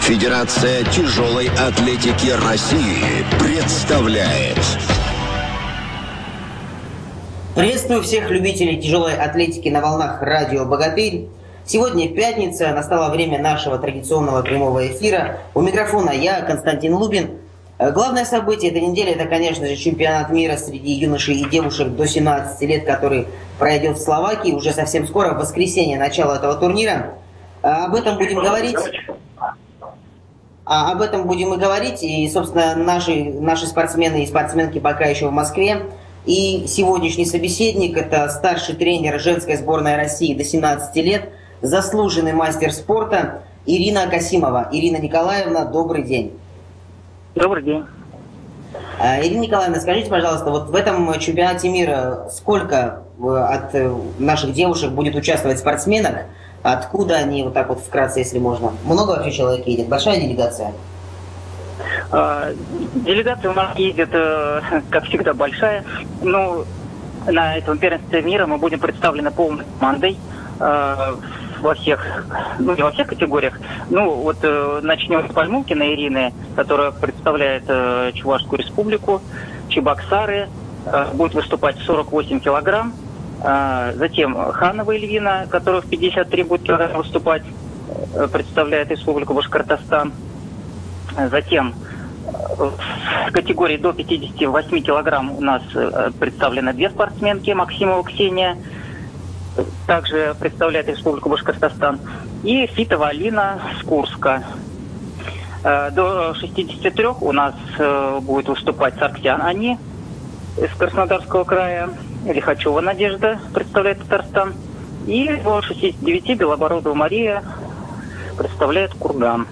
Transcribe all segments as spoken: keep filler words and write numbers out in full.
Федерация тяжелой атлетики России представляет. Приветствую всех любителей тяжелой атлетики на волнах радио «Богатырь». Сегодня пятница, настало время нашего традиционного прямого эфира. У микрофона я, Константин Лубин. Главное событие этой недели – это, конечно же, чемпионат мира среди юношей и девушек до семнадцати лет, который пройдет в Словакии уже совсем скоро, в воскресенье, начало этого турнира. Об этом будем говорить. А об этом будем и говорить. И, собственно, наши, наши спортсмены и спортсменки пока еще в Москве. И сегодняшний собеседник – это старший тренер женской сборной России до семнадцати лет, заслуженный мастер спорта Ирина Касимова. Ирина Николаевна, добрый день. Добрый день. Ирина Николаевна, скажите, пожалуйста, вот в этом чемпионате мира сколько от наших девушек будет участвовать спортсменок? Откуда они, вот так вот вкратце, если можно? Много вообще человек едет? Большая делегация? Делегация у нас едет, как всегда, большая. Но на этом первенстве мира мы будем представлены полной командой во всех, ну не во всех категориях. Ну вот начнем с Пальмулкиной Ирины, которая представляет Чувашскую республику, Чебоксары, будет выступать в сорок восемь килограмм. Затем Ханова Эльвина, которая в пятьдесят три будет килограмм выступать, представляет Республику Башкортостан. Затем в категории до пятидесяти восьми килограмм у нас представлены две спортсменки, Максимова Ксения, также представляет Республику Башкортостан, и Фитова Алина с Курска. До шестидесяти трёх у нас будет выступать Сарксян Ани из Краснодарского края, Лихачева Надежда представляет Татарстан, и до шестидесяти девяти Белобородова Мария представляет Курган.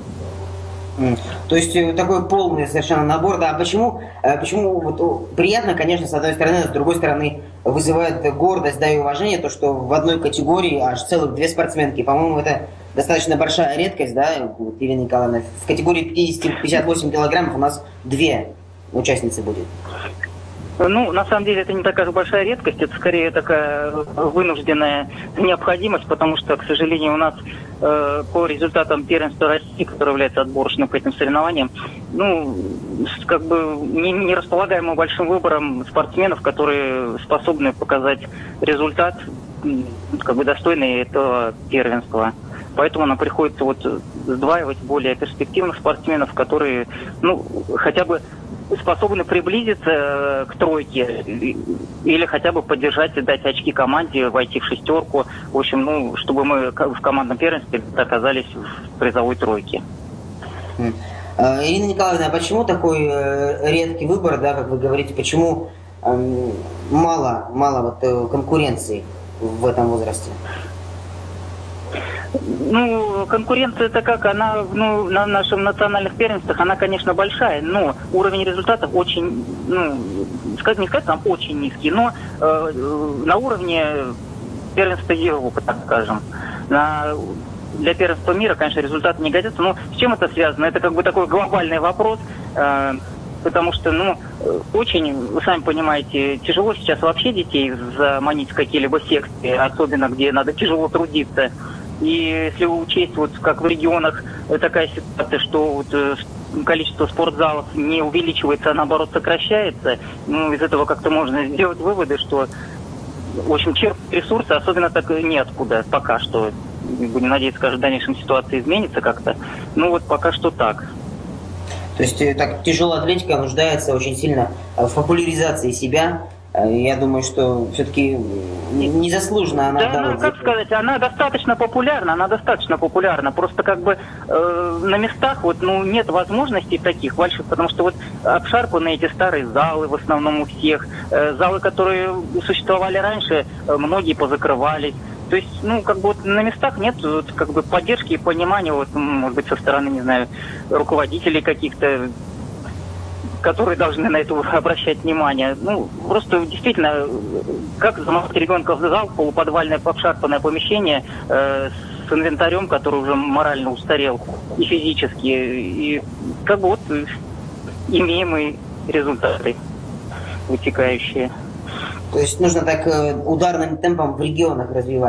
То есть такой полный совершенно набор, да. Почему, почему вот, приятно, конечно, с одной стороны, а с другой стороны вызывает гордость, да, и уважение, то, что в одной категории аж целых две спортсменки. По-моему, это достаточно большая редкость, да, Ирина Николаевна. В категории пятьдесят-пятьдесят восемь килограммов у нас две участницы будет. Ну, на самом деле, это не такая же большая редкость, это скорее такая вынужденная необходимость, потому что, к сожалению, у нас э, по результатам первенства России, которое является отборочным к этим соревнованиям, ну, как бы не, не располагаем мы большим выбором спортсменов, которые способны показать результат, как бы достойный этого первенства. Поэтому нам приходится вот сдваивать более перспективных спортсменов, которые, ну, хотя бы способны приблизиться к тройке или хотя бы поддержать и дать очки команде, войти в шестерку. В общем, ну, чтобы мы в командном первенстве оказались в призовой тройке. Ирина Николаевна, а почему такой редкий выбор, да, как вы говорите, почему мало, мало вот конкуренции в этом возрасте? Ну, конкуренция-то как, она, ну, на наших национальных первенствах, она, конечно, большая, но уровень результатов очень, ну, сказать, не сказать, там очень низкий, но э, на уровне первенства Европы, так скажем. На, для первенства мира, конечно, результаты не годятся, но с чем это связано? Это как бы такой глобальный вопрос, э, потому что, ну, очень, вы сами понимаете, тяжело сейчас вообще детей заманить в какие-либо секции, особенно где надо тяжело трудиться. И если учесть, вот как в регионах такая ситуация, что вот количество спортзалов не увеличивается, а наоборот сокращается, ну, из этого как-то можно сделать выводы, что, в общем, черпать ресурсы особенно так неоткуда пока что. Будем надеяться, что в дальнейшем ситуация изменится как-то. Ну вот пока что так. То есть так, тяжелая атлетика нуждается очень сильно в популяризации себя. Я думаю, что все-таки незаслуженно она... Да, да, ну, как сказать, она достаточно популярна, она достаточно популярна. Просто как бы э, на местах вот, ну, нет возможностей таких больших, потому что вот обшарпаны эти старые залы в основном у всех. Э, залы, которые существовали раньше, э, многие позакрывались. То есть, ну, как бы вот на местах нет вот, как бы поддержки и понимания, вот, может быть, со стороны, не знаю, руководителей каких-то, которые должны на это обращать внимание. Ну, просто действительно, как заманить ребенка в зал, полуподвальное обшарпанное помещение э, с инвентарем, который уже морально устарел и физически. И как бы вот имеем и результаты вытекающие. То есть нужно так ударным темпом в регионах развивать.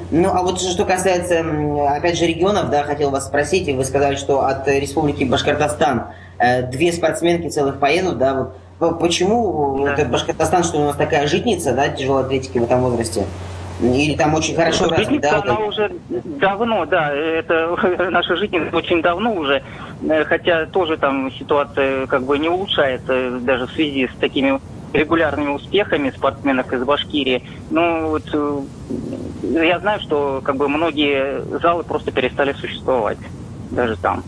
Ну, а вот что касается, опять же, регионов, да, хотел вас спросить, вы сказали, что от Республики Башкортостан две спортсменки целых поедут, да, вот почему да. этот Башкортостан, что у нас такая житница, да, тяжелой атлетики в этом возрасте? Или там очень хорошо развит, да? Она уже давно, да, это наша житница очень давно уже, хотя тоже там ситуация как бы не улучшается, даже в связи с такими регулярными успехами спортсменок из Башкирии. Ну, вот я знаю, что как бы многие залы просто перестали существовать, даже там.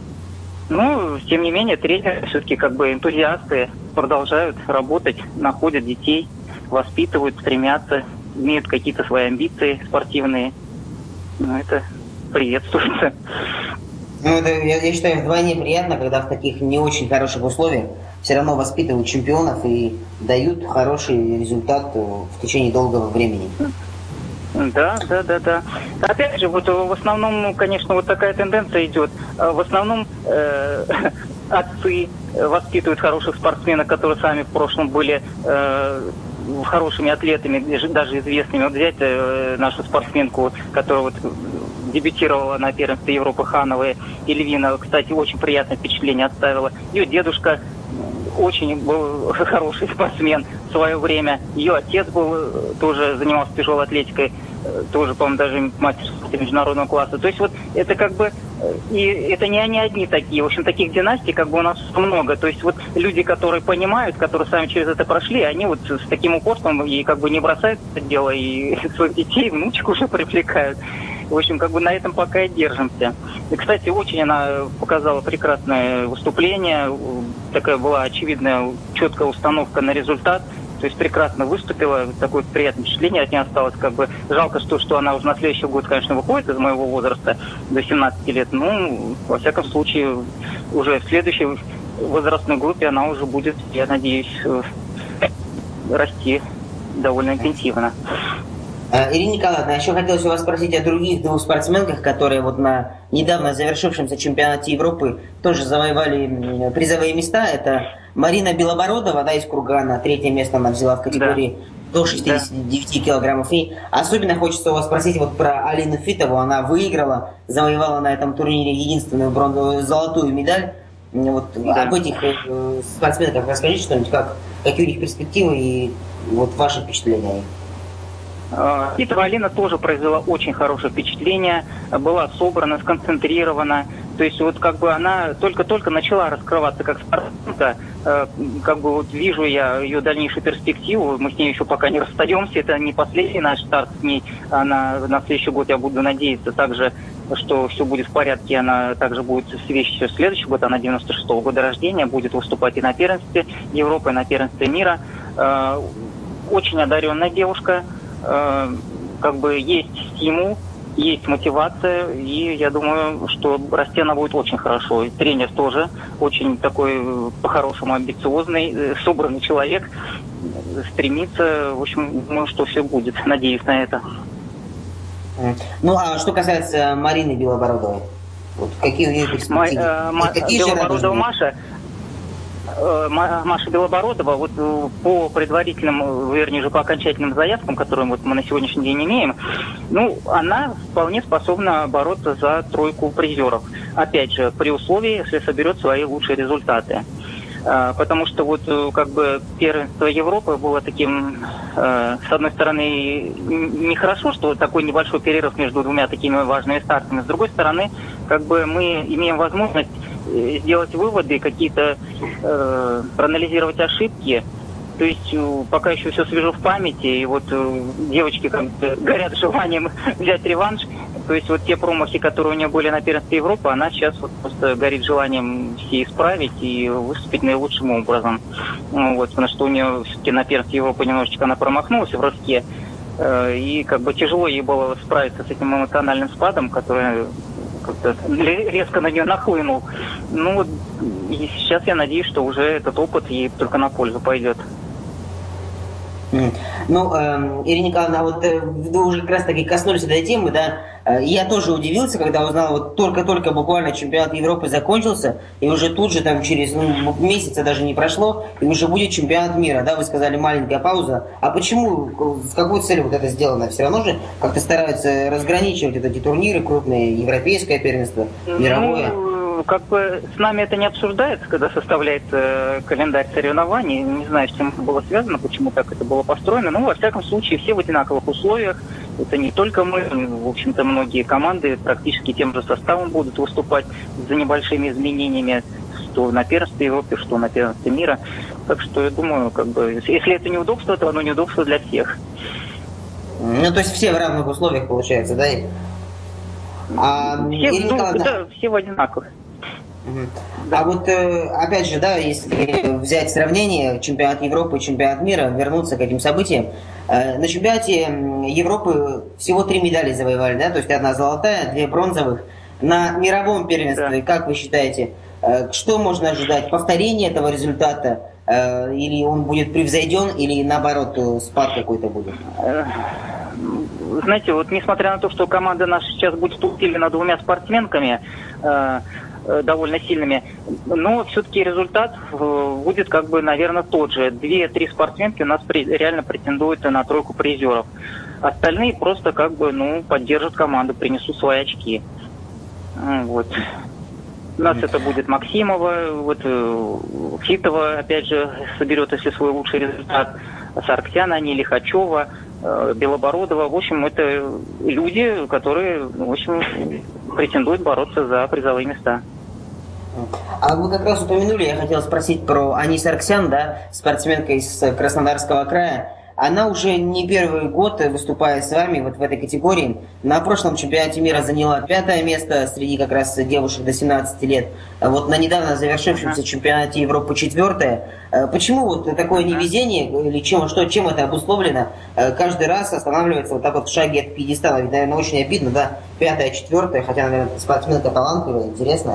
Ну, тем не менее, тренеры все-таки как бы энтузиасты продолжают работать, находят детей, воспитывают, стремятся, имеют какие-то свои амбиции спортивные. Ну, это приветствуется. Ну, это, я, я считаю, вдвойне приятно, когда в таких не очень хороших условиях все равно воспитывают чемпионов и дают хороший результат в течение долгого времени. Да, да, да, да. Опять же, вот в основном, конечно, вот такая тенденция идет. В основном э, отцы воспитывают хороших спортсменов, которые сами в прошлом были э, хорошими атлетами, даже известными. Вот взять э, нашу спортсменку, которая вот дебютировала на первенстве Европы, Хановой, Эльвина, кстати, очень приятное впечатление оставила. Ее дедушка очень был хороший спортсмен в свое время. Ее отец был, тоже занимался тяжелой атлетикой, тоже, по-моему, даже мастер международного класса. То есть вот это как бы, и это не они одни такие. В общем, таких династий как бы у нас много. То есть вот люди, которые понимают, которые сами через это прошли, они вот с таким упорством и как бы не бросают это дело, и своих детей, внучек уже привлекают. В общем, как бы на этом пока и держимся. И, кстати, очень она показала прекрасное выступление. Такая была очевидная, четкая установка на результат. То есть прекрасно выступила. Такое приятное впечатление от нее осталось. Как бы жалко, что, что она уже на следующий год, конечно, выходит из моего возраста до семнадцати лет. Ну, во всяком случае, уже в следующей возрастной группе она уже будет, я надеюсь, расти довольно интенсивно. Ирина Николаевна, еще хотелось у вас спросить о других двух спортсменках, которые вот на недавно завершившемся чемпионате Европы тоже завоевали призовые места. Это Марина Белобородова, да, из Кургана, третье место она взяла в категории да. до шестидесяти девяти да. килограммов. И особенно хочется у вас спросить вот про Алину Фитову. Она выиграла, завоевала на этом турнире единственную бронзовую, золотую медаль. Вот да. об этих спортсменках расскажите что-нибудь, как, какие у них перспективы и вот ваши впечатления о них. Фитова Алина тоже произвела очень хорошее впечатление, была собрана, сконцентрирована. То есть вот как бы она только-только начала раскрываться как спортсменка. Как бы вот вижу я ее дальнейшую перспективу. Мы с ней еще пока не расстаемся. Это не последний наш старт с ней. Она на следующий год, я буду надеяться, также, что все будет в порядке. Она также будет в следующий год. Она девяносто шестого года рождения. Будет выступать и на первенстве Европы, и на первенстве мира. Очень одаренная девушка. Как бы есть стимул, есть мотивация, и я думаю, что расти она будет очень хорошо. И тренер тоже очень такой по-хорошему амбициозный, собранный человек, стремится, в общем, думаю, что все будет. Надеюсь на это. Ну, а что касается Марины Белобородовой, вот какие у нее перспективы? Белобородова Маша... Маша Белобородова, вот по предварительным, вернее же по окончательным заявкам, которые вот мы на сегодняшний день имеем, ну, она вполне способна бороться за тройку призеров. Опять же, при условии, если соберет свои лучшие результаты. Потому что вот как бы первенство Европы было таким, с одной стороны, нехорошо, что такой небольшой перерыв между двумя такими важными стартами. С другой стороны, как бы мы имеем возможность сделать выводы, какие-то э, проанализировать ошибки. То есть э, пока еще все свежо в памяти, и вот э, девочки как бы горят желанием взять реванш. То есть вот те промахи, которые у нее были на первенстве Европы, она сейчас вот просто горит желанием все исправить и выступить наилучшим образом. Ну, вот, потому что у нее все-таки на первенстве Европы немножечко она промахнулась в рывке. Э, и как бы тяжело ей было справиться с этим эмоциональным спадом, который как-то резко на нее нахлынул. Ну, и сейчас я надеюсь, что уже этот опыт ей только на пользу пойдет. Ну, Ну, э, Ирина Николаевна, вот э, вы уже как раз таки коснулись этой темы, да, э, я тоже удивился, когда узнал, вот только-только буквально чемпионат Европы закончился, и уже тут же там через ну, месяца даже не прошло, и уже будет чемпионат мира, да, вы сказали, маленькая пауза. А почему, с какой целью вот это сделано? Все равно же как-то стараются разграничивать вот эти турниры крупные, европейское первенство, мировое. Ну, как бы с нами это не обсуждается, когда составляется э, календарь соревнований. Не знаю, с чем это было связано, почему так это было построено. Но, во всяком случае, все в одинаковых условиях. Это не только мы, в общем-то, многие команды практически тем же составом будут выступать за небольшими изменениями, что на первенстве Европы, что на первенстве мира. Так что, я думаю, как бы, если это неудобство, то оно неудобство для всех. Ну, то есть все в равных условиях, получается, да? А, все, ну, да, все в одинаковых. А вот, опять же, да, если взять сравнение, чемпионат Европы и чемпионат мира, вернуться к этим событиям, на чемпионате Европы всего три медали завоевали, да, то есть одна золотая, две бронзовых. На мировом первенстве, да. Как вы считаете, что можно ожидать? Повторение этого результата? Или он будет превзойден, или наоборот, спад какой-то будет? Знаете, вот несмотря на то, что команда наша сейчас будет усилена двумя спортсменками, довольно сильными, но все-таки результат будет, как бы, наверное, тот же. Две-три спортсменки у нас реально претендуют на тройку призеров. Остальные просто, как бы, ну, поддержат команду, принесут свои очки. Вот. У нас это будет Максимова, вот Фитова, опять же, соберет, если свой лучший результат, Сарксяна, Ани Лихачева, Белобородова. В общем, это люди, которые, в общем, претендуют бороться за призовые места. А вы как раз упомянули, я хотел спросить про Ани Сарксян, да, спортсменка из Краснодарского края. Она уже не первый год выступает с вами вот в этой категории. На прошлом чемпионате мира заняла пятое место среди как раз девушек до семнадцати лет. Вот на недавно завершившемся чемпионате Европы четвертое. Почему вот такое невезение, или чем, что, чем это обусловлено, каждый раз останавливается вот так вот в шаге от пьедестала? Ведь, наверное, очень обидно, да, пятое, четвертое, хотя, наверное, спортсменка талантливая, интересная.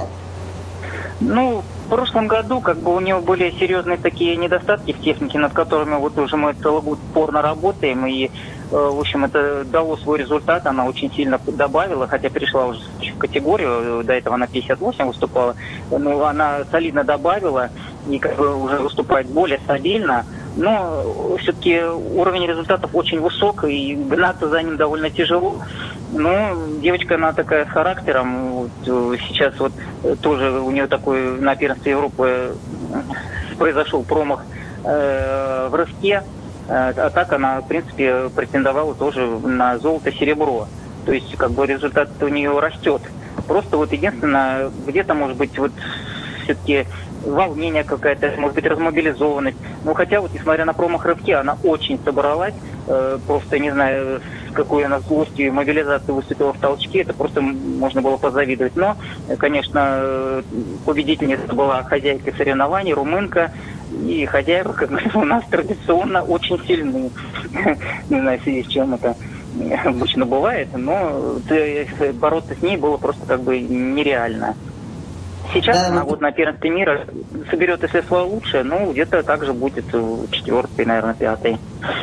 Ну, в прошлом году, как бы, у него были серьезные такие недостатки в технике, над которыми вот уже мы целый год упорно работаем, и, в общем, это дало свой результат, она очень сильно добавила, хотя перешла уже в категорию, до этого она пятьдесят восемь выступала, но она солидно добавила и, как бы, уже выступает более стабильно, но все-таки уровень результатов очень высок, и гнаться за ним довольно тяжело. Ну, девочка, она такая с характером. Вот, сейчас вот тоже у нее такой на первенстве Европы произошел промах э, в рывке. А так она, в принципе, претендовала тоже на золото-серебро. То есть, как бы, результат у нее растет. Просто вот единственное, где-то, может быть, вот все-таки волнение какая-то, может быть, размобилизованность. Ну, хотя вот, несмотря на промах рывки, она очень собралась. Э, просто, не знаю, с какой она злостью и мобилизацией выступила в толчке, это просто можно было позавидовать. Но, конечно, победительница была хозяйкой соревнований, румынка, и хозяева, как говорится, у нас традиционно очень сильны. Не знаю, в связи с чем это обычно бывает, но бороться с ней было просто, как бы, нереально. Сейчас да, она вот на первенстве мира соберет, если свое лучшее, ну, где-то также будет четвертый, наверное, пятый.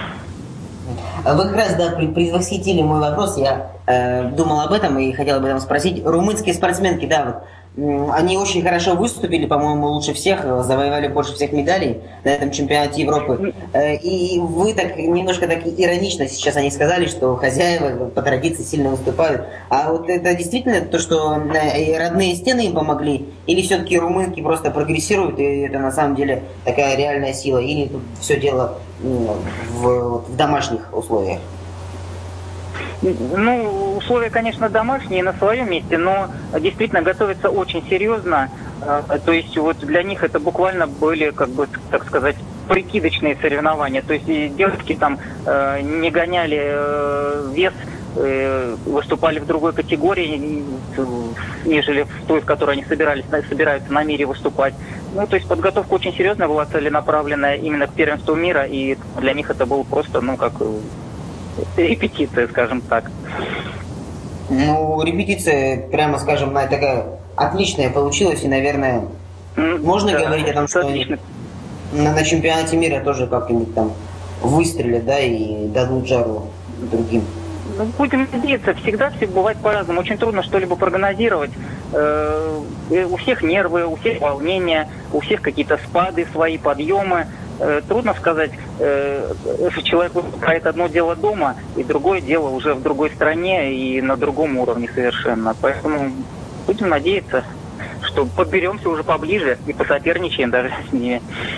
Вы как раз, да, предвосхитили мой вопрос, я э, думал об этом и хотел об этом спросить. Румынские спортсменки, да, вот, они очень хорошо выступили, по-моему, лучше всех, завоевали больше всех медалей на этом чемпионате Европы. И вы так немножко так иронично сейчас они сказали, что хозяева по традиции сильно выступают. А вот это действительно то, что родные стены им помогли? Или все-таки румынки просто прогрессируют, и это на самом деле такая реальная сила? Или тут все дело в, в домашних условиях? Ну, условия, конечно, домашние на своем месте, но действительно готовятся очень серьезно. То есть вот для них это буквально были, как бы, так сказать, прикидочные соревнования. То есть девушки там э, не гоняли э, вес, э, выступали в другой категории, нежели в той, в которой они собирались, собираются на мире выступать. Ну, то есть подготовка очень серьезная была, целенаправленная именно к первенству мира, и для них это было просто, ну, как... репетиция, скажем так. Ну, репетиция, прямо скажем, такая отличная получилась, и, наверное, mm, можно да, говорить о том, что на, на чемпионате мира тоже как-нибудь там выстрелят, да, и дадут жару другим? Ну, будем надеяться, всегда все бывает по-разному. Очень трудно что-либо прогнозировать. Э, у всех нервы, у всех волнения, у всех какие-то спады, свои подъемы. Э, трудно сказать, э, человек выбирает одно дело дома, и другое дело уже в другой стране и на другом уровне совершенно. Поэтому будем надеяться, что подберемся уже поближе и посоперничаем даже с ними.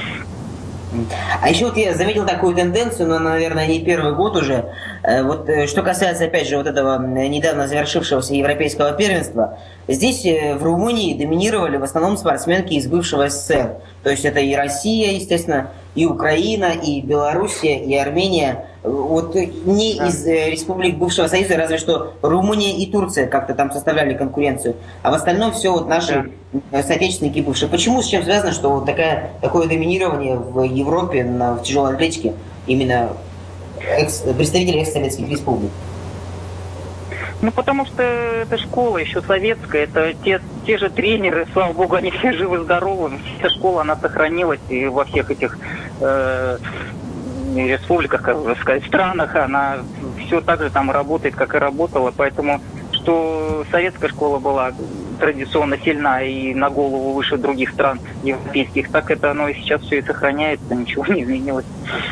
А еще вот я заметил такую тенденцию, но, наверное, не первый год уже. Вот что касается, опять же, вот этого недавно завершившегося европейского первенства, здесь в Румынии доминировали в основном спортсменки из бывшего СССР. То есть это и Россия, естественно, и Украина, и Белоруссия, и Армения. Вот не из республик бывшего Союза, разве что Румыния и Турция как-то там составляли конкуренцию. А в остальном все вот наши соотечественники бывшие. Почему, с чем связано, что вот такая, такое доминирование в Европе на, в тяжелой атлетике именно экс, представителей экс-советских республик? Ну, потому что это школа еще советская, это те, те же тренеры, слава богу, они все живы-здоровы. Вся школа, она сохранилась и во всех этих э, республиках, как бы сказать, странах, она все так же там работает, как и работала. Поэтому, что советская школа была традиционно сильна и на голову выше других стран европейских, так это оно и сейчас все и сохраняется, ничего не изменилось.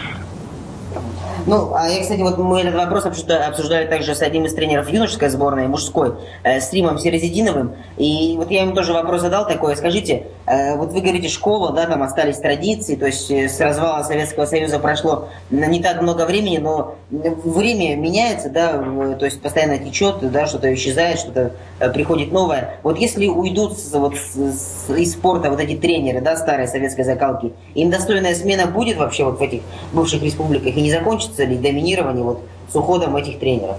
Ну, а я, кстати, вот мы этот вопрос обсуждали также с одним из тренеров юношеской сборной, мужской, э, с Римом Серезидиновым. И вот я ему тоже вопрос задал такой: скажите, э, вот вы говорите, школа, да, там остались традиции, то есть с развала Советского Союза прошло не так много времени, но время меняется, да, то есть постоянно течет, да, что-то исчезает, что-то э, приходит новое. Вот если уйдут вот с, с, из спорта вот эти тренеры, да, старой советской закалки, им достойная смена будет вообще вот в этих бывших республиках и не закончится ли доминирование вот с уходом этих тренеров?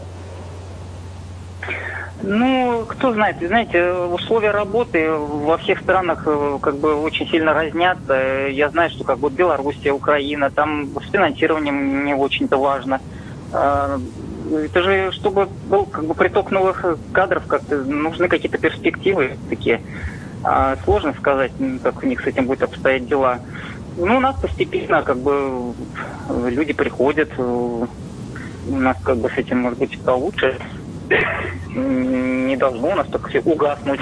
Ну, кто знает, знаете, условия работы во всех странах как бы очень сильно разнятся. Я знаю, что как бы Белоруссия, Украина, там с финансированием не очень-то важно. Это же, чтобы был как бы приток новых кадров, как-то нужны какие-то перспективы такие. Сложно сказать, как у них с этим будут обстоять дела. Ну, у нас постепенно как бы люди приходят, у нас как бы с этим, может быть, получше. Не должно у нас так все угаснуть.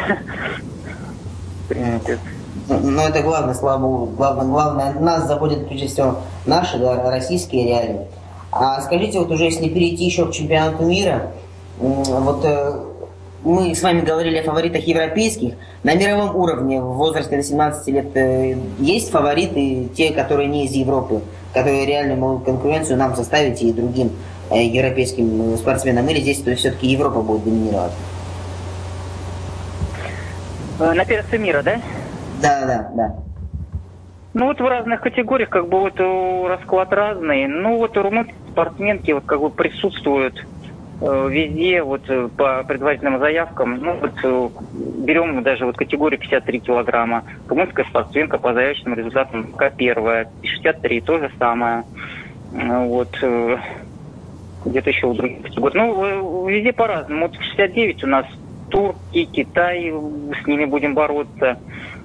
Но это главное, слава богу. Главное, главное, нас заботят прежде всего наши, да, российские реалии. А скажите, вот уже если перейти еще к чемпионату мира, вот мы с вами говорили о фаворитах европейских. На мировом уровне в возрасте до семнадцати лет есть фавориты, те, которые не из Европы, которые реально могут конкуренцию нам составить и другим европейским спортсменам, или здесь то есть, все-таки Европа будет доминировать? На первенстве мира, да? Да, да, да. Ну вот в разных категориях как бы вот расклад разный. Ну вот румынские спортсменки вот как бы присутствуют везде, вот по предварительным заявкам. Ну вот берем даже вот категорию пятьдесят три килограмма. Румынская спортсменка по заявочным результатам пока первая. шестьдесят три то же самое. Вот где-то еще у других категорий. Ну везде по-разному. Вот шестьдесят девять у нас Турки, Китай, с ними будем бороться.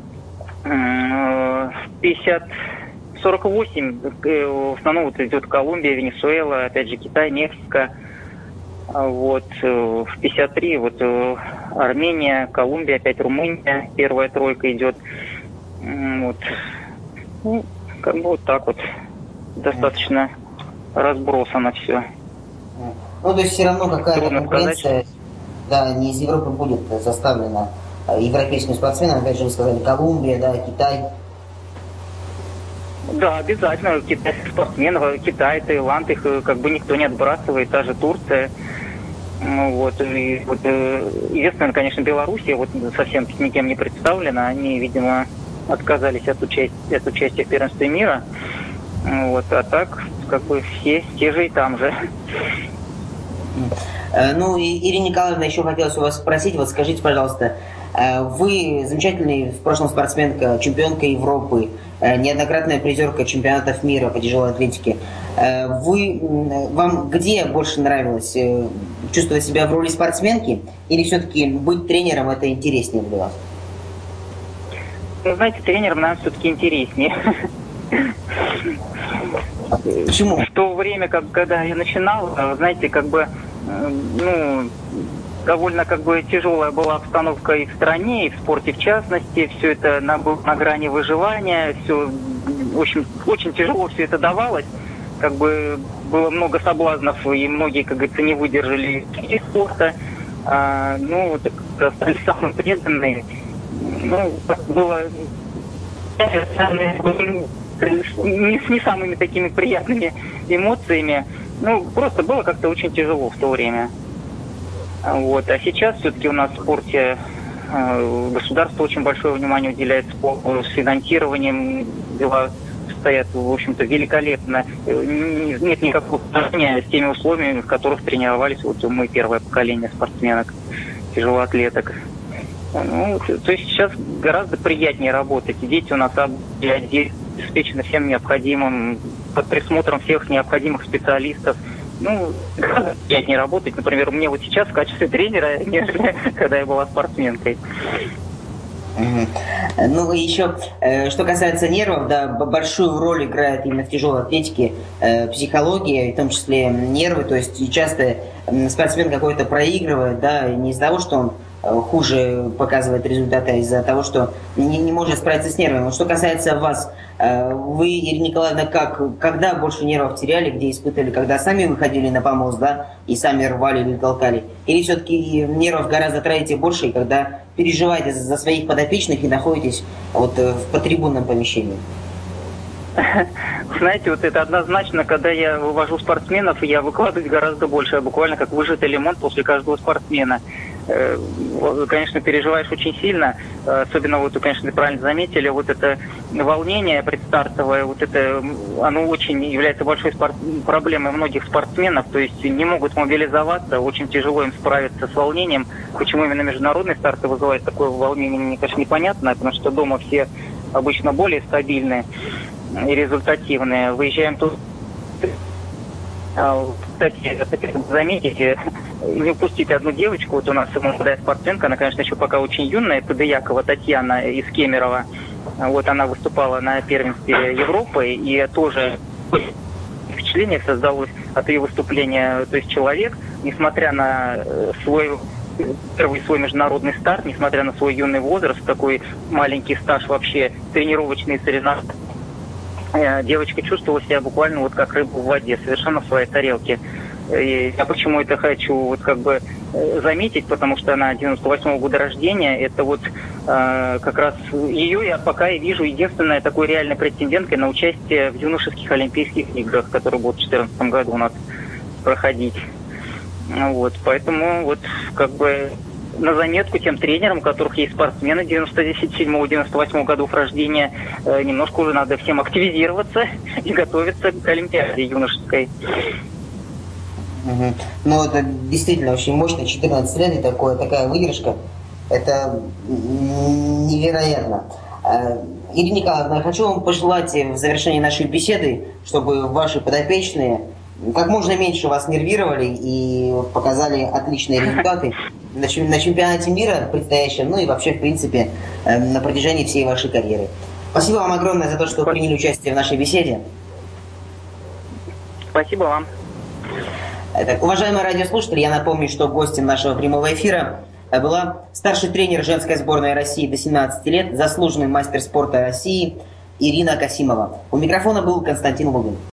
пятьдесят сорок восемь в основном вот идет Колумбия, Венесуэла, опять же Китай, Мексика. Вот в пятьдесят три вот Армения, Колумбия, опять Румыния, первая тройка идет. Вот. Ну, как бы вот так вот достаточно разбросано все. Ну, то есть все равно какая-то конкуренция, да, не из Европы будет заставлена европейскими спортсменами, опять же вы сказали, Колумбия, да, Китай. Да, обязательно. Китайских спортсменов, Китай, Таиланд, их как бы никто не отбрасывает, та же Турция. Вот. И, вот, единственное, конечно, Белоруссия вот совсем никем не представлена. Они, видимо, отказались от участия, от участия в первенстве мира. Вот. А так, как бы все те же и там же. Ну, и Ирина Николаевна, еще хотелось у вас спросить, вот скажите, пожалуйста, вы замечательный в прошлом спортсменка, чемпионка Европы, неоднократная призерка чемпионатов мира по тяжелой атлетике. Вы, вам где больше нравилось? Чувствовать себя в роли спортсменки или все-таки быть тренером это интереснее для вас? Ну, знаете, тренером нам все-таки интереснее. Почему? В то время, как, когда я начинал, знаете, как бы, ну, довольно как бы тяжелая была обстановка и в стране, и в спорте в частности. Все это на, на грани выживания, все, в общем, очень тяжело все это давалось. Как бы было много соблазнов, и многие, как говорится, не выдержали из спорта. А, ну, вот, стали самые преданные. Ну, было не с не самыми такими приятными эмоциями. Ну, просто было как-то очень тяжело в то время. Вот. А сейчас все-таки у нас в спорте э, государство очень большое внимание уделяет спорту, с финансированием дела стоят, в общем-то, великолепно. Нет никакого сравнения с теми условиями, в которых тренировались вот мы, первое поколение спортсменок, тяжелоатлеток. Ну, то есть сейчас гораздо приятнее работать. Дети у нас обеспечены всем необходимым, под присмотром всех необходимых специалистов. Ну, гораздо приятнее работать. Например, мне вот сейчас в качестве тренера, нежели когда я была спортсменкой. Ну и еще, что касается нервов, да, большую роль играет именно в тяжелой атлетике э, психология, в том числе нервы. То есть часто спортсмен какой-то проигрывает, да, не из-за того, что он хуже показывает результаты, а из-за того, что не, не может справиться с нервами. Что касается вас, вы, Ирина Николаевна, как, когда больше нервов теряли, где испытывали, когда сами выходили на помост, да, и сами рвали или толкали? Или все-таки нервов гораздо тратите больше, и когда переживаете за своих подопечных и находитесь вот в потрибунном помещении? Знаете, вот это однозначно, когда я вывожу спортсменов, я выкладываюсь гораздо больше, я буквально как выжатый лимон после каждого спортсмена. Конечно, переживаешь очень сильно, особенно вот, конечно, вы правильно заметили, вот это волнение предстартовое, вот это, оно очень является большой спорт... проблемой многих спортсменов, то есть не могут мобилизоваться, очень тяжело им справиться с волнением. Почему именно международные старты вызывают такое волнение, мне, конечно, непонятно, потому что дома все обычно более стабильные и результативные. Выезжаем тут. Кстати, заметите, не упустите одну девочку. Вот у нас молодая спортсменка, она, конечно, еще пока очень юная, Подыякова Татьяна из Кемерово. Вот она выступала на первенстве Европы, и тоже впечатление создалось от ее выступления. То есть человек, несмотря на свой первый свой международный старт, несмотря на свой юный возраст, такой маленький стаж вообще, тренировочные соревнования, девочка чувствовала себя буквально вот как рыба в воде, совершенно в своей тарелке. И я почему это хочу вот как бы заметить, потому что она девяносто восьмого года рождения, это вот э, как раз ее я пока и вижу единственной такой реальной претенденткой на участие в юношеских Олимпийских играх, которые будут в две тысячи четырнадцатом году у нас проходить. Вот, поэтому вот как бы на заметку тем тренерам, у которых есть спортсмены девяносто седьмого — девяносто восьмого годов рождения, э, немножко уже надо всем активизироваться и готовиться к Олимпиаде юношеской. Угу. Ну, это действительно очень мощно, четырнадцать лет и такое, такая выдержка, это невероятно. Ирина Николаевна, хочу вам пожелать в завершении нашей беседы, чтобы ваши подопечные как можно меньше вас нервировали и показали отличные результаты на чемпионате мира предстоящем, ну и вообще, в принципе, на протяжении всей вашей карьеры. Спасибо вам огромное за то, что приняли участие в нашей беседе. Спасибо вам. Так, уважаемые радиослушатели, я напомню, что гостем нашего прямого эфира была старший тренер женской сборной России до семнадцати лет, заслуженный мастер спорта России Ирина Касимова. У микрофона был Константин Лубин.